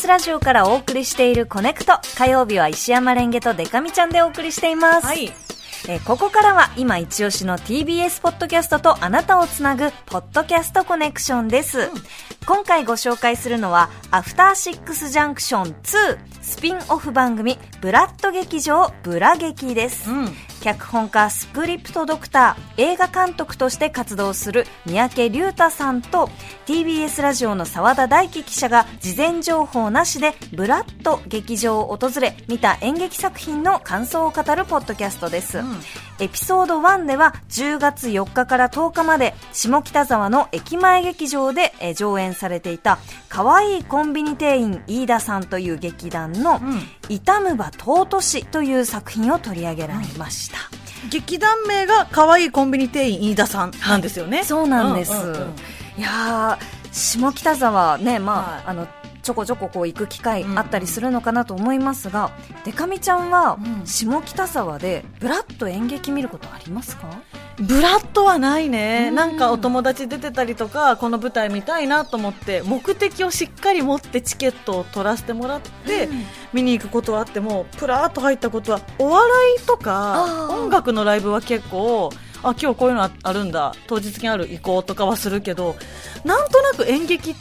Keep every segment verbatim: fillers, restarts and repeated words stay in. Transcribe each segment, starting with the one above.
エス ラジオからお送りしているコネクト、火曜日は石山レンゲとデカミちゃんでお送りしています、はい。えー、ここからは今一押しの ティービーエス ポッドキャストとあなたをつなぐポッドキャストコネクションです、うん、今回ご紹介するのはアフターシックスジャンクションツースピンオフ番組ブラッド劇場ブラ劇です、うん、脚本家スクリプトドクター映画監督として活動する三宅龍太さんと ティービーエス ラジオの澤田大樹記者が事前情報なしでブラッド劇場を訪れ見た演劇作品の感想を語るポッドキャストです、うん、エピソードワンではじゅうがつよっかからとおかまで下北沢の駅前劇場で上演されていたかわいいコンビニ店員飯田さんという劇団の痛むば尊しという作品を取り上げられました、 うん、劇団名がかわいいコンビニ店員飯田さんなんですよね、 はい、そうなんです、うんうんうん、いや下北沢ね、まあ、はい、あのちょこちょここう行く機会あったりするのかなと思いますが、うん、デカミちゃんは下北沢でブラッド演劇見ることありますか？ ブラッドはないね、うん、なんかお友達出てたりとかこの舞台見たいなと思って目的をしっかり持ってチケットを取らせてもらって、うん、見に行くことはあってもプラーっと入ったことはお笑いとか音楽のライブは結構あ今日こういうのあるんだ当日にある行こうとかはするけどなんとなく演劇って、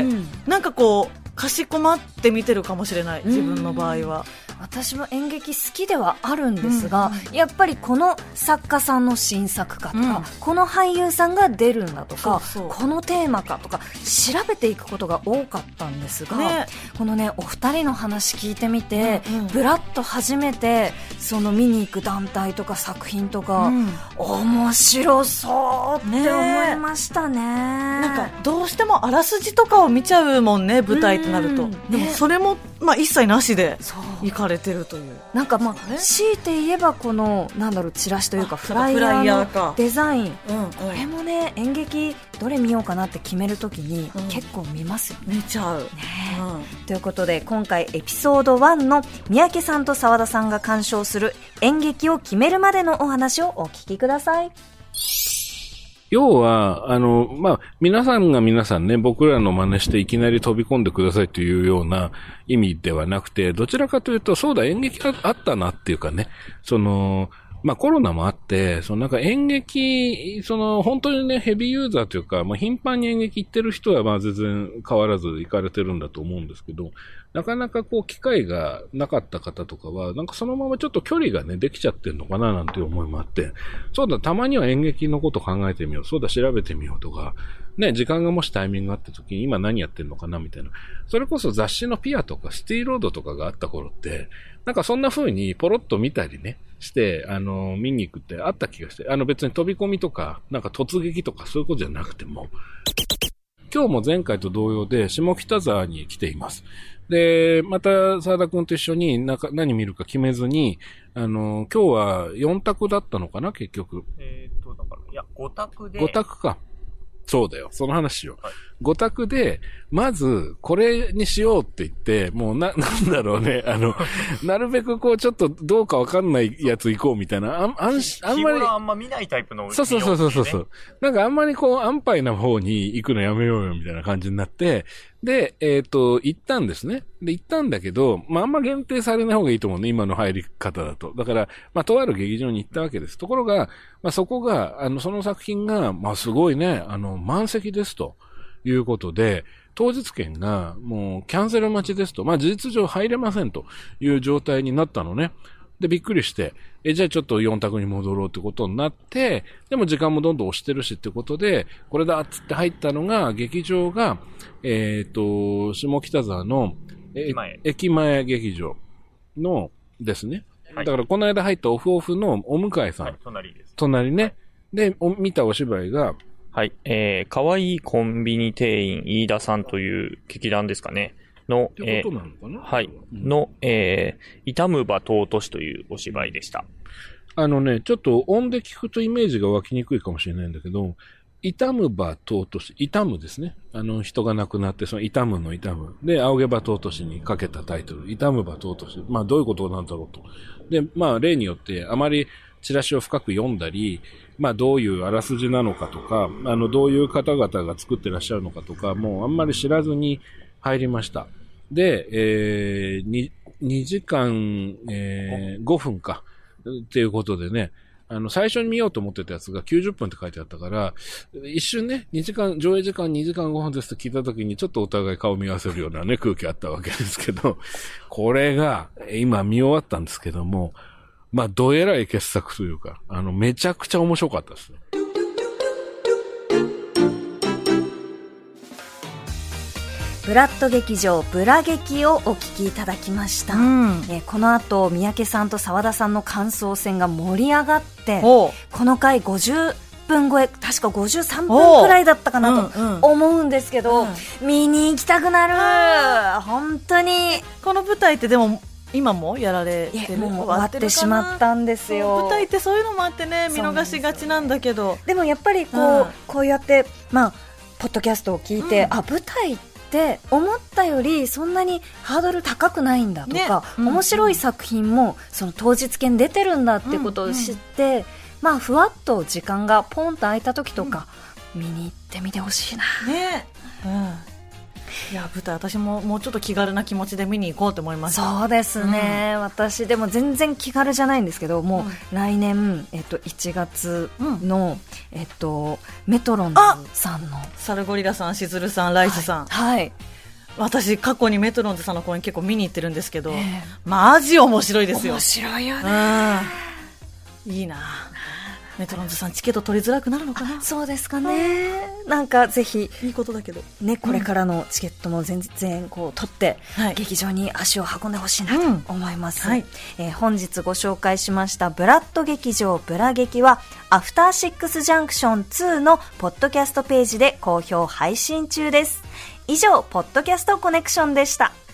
うん、なんかこうかしこまって見てるかもしれない自分の場合は。 私も演劇好きではあるんですが、うん、やっぱりこの作家さんの新作かとか、うん、この俳優さんが出るんだとかそうそうこのテーマかとか調べていくことが多かったんですが、ね、このねお二人の話聞いてみて、うんうん、ブラッと初めてその見に行く団体とか作品とか、うん、面白そうって思いましたね。 なんかどうしてもあらすじとかを見ちゃうもんね舞台となると、うん、でもそれも、まあ、一切なしで行かれてるというなんかまあ、ね、強いて言えばこのなんだろうチラシというかフライヤーのデザイン、うんうん、これもね演劇どれ見ようかなって決めるときに結構見ますよね、 うん、見ちゃう、ねうん、ということで今回エピソードワンの三宅さんと澤田さんが鑑賞する演劇を決めるまでのお話をお聞きください。 要は、あの、まあ、皆さんが皆さんね、僕らの真似していきなり飛び込んでくださいというような意味ではなくて、どちらかというと、そうだ、演劇があったなっていうかね、その、まあ、コロナもあって、そのなんか演劇、その本当にね、ヘビーユーザーというか、まあ、頻繁に演劇行ってる人はまあ全然変わらず行かれてるんだと思うんですけど、なかなかこう機会がなかった方とかは、なんかそのままちょっと距離がね、できちゃってるのかななんていう思いもあって、そうだ、たまには演劇のこと考えてみよう、そうだ、調べてみようとか、ね、時間がもしタイミングがあった時に今何やってんのかなみたいな。それこそ雑誌のピアとかシティロードとかがあった頃って、なんかそんな風にポロッと見たりね、して、あの、見に行くってあった気がして、あの別に飛び込みとか、なんか突撃とかそういうことじゃなくても、今日も前回と同様で下北沢に来ています。で、また澤田くんと一緒になんか何見るか決めずに、あの、今日はよん択だったのかな、結局。 えーっと、だから、いや、ご択で。 ご択か。そうだよ。その話よ。 はい、 ご択で、まず、これにしようって言って、もうな、なんだろうね。あの、なるべくこう、ちょっとどうかわかんないやつ行こうみたいな。あん、あん、 あんまり。あんま見ないタイプの、ね。 そうそうそうそうそう。なんかあんまりこう、安牌な方に行くのやめようよみたいな感じになって、で、えっと、行ったんですね。で、行ったんだけど、まあ、あんま限定されない方がいいと思うね。今の入り方だと。だから、まあ、とある劇場に行ったわけです。ところが、まあ、そこが、あの、その作品が、まあ、すごいね、あの、満席ですということで、当日券がもうキャンセル待ちですと、まあ、事実上入れませんという状態になったのね。で、びっくりして、え、じゃあちょっとよん択に戻ろうってことになって、でも時間もどんどん押してるしってことで、これだっつって入ったのが、劇場が、えっと、下北沢の、 駅前。 駅前劇場のですね。 はい、 だからこの間入ったオフオフのお向かいさん。はい、 隣です。 隣ね。 はい、 で、見たお芝居が、 はい、えー、かわいいコンビニ店員飯田さんという劇団ですかね。の、 ってことなのかな、 えー、はい。うん、の、えー、痛むば尊しというお芝居でした。 あのね、ちょっと音で聞くとイメージが湧きにくいかもしれないんだけど、痛むば尊し、痛むですね。あの、人が亡くなって、その痛むの痛む。で、仰げば尊しにかけたタイトル、痛むば尊し。まあ、どういうことなんだろうと。で、まあ、例によって、あまりチラシを深く読んだり、まあ、どういうあらすじなのかとか、あの、どういう方々が作ってらっしゃるのかとか、もうあんまり知らずに入りました。 で、えー、に、にじかん、えー、ごふんか。っていうことでね、あの、最初に見ようと思ってたやつがきゅうじゅっぷんって書いてあったから、一瞬ね、にじかん、上映時間にじかんごふんですと聞いたときにちょっとお互い顔見合わせるようなね、空気あったわけですけど、これが、今見終わったんですけども、まあ、どえらい傑作というか、あの、めちゃくちゃ面白かったですね。 ブラッド劇場ブラ劇をお聞きいただきました、うん、えー、この後三宅さんと澤田さんの感想戦が盛り上がって、この回ごじゅっぷん超え、確かごじゅうさんぷんくらいだったかなと思うんですけど、うんうん、見に行きたくなる。本当にこの舞台ってでも今もやられてる、 もう終わってしまったんですよ。 舞台ってそういうのもあってね、見逃しがちなんだけど、 でもやっぱりこう、うん、こうやってまあポッドキャストを聞いて、うん、あ、舞台ってで思ったよりそんなにハードル高くないんだとか、ね、うんうん、面白い作品もその当日券出てるんだってことを知って、うんうん、まあふわっと時間がポンと空いた時とか、うん、見に行ってみてほしいな、 ね、うん、いや舞台私ももうちょっと気軽な気持ちで見に行こうと思いました。 そうですね、うん、私でも全然気軽じゃないんですけど、もう来年、えっと、いちがつの、うん、えっと、メトロンズさんのサルゴリラさん、しずるさん、ライスさん、 はい、はい、 私過去にメトロンズさんの公演結構見に行ってるんですけど、えー、マジ面白いですよ。 面白いよね、 うん、いいな。メトロンズさんチケット取りづらくなるのかな。 そうですかね。なんかぜひいいことだけどね、これからのチケットも全然こう取って、うん、劇場に足を運んでほしいなと思います、うん、はい、えー、本日ご紹介しましたブラッド劇場ブラ劇はアフターシックスジャンクションツーのポッドキャストページで好評配信中です。以上、ポッドキャストコネクションでした。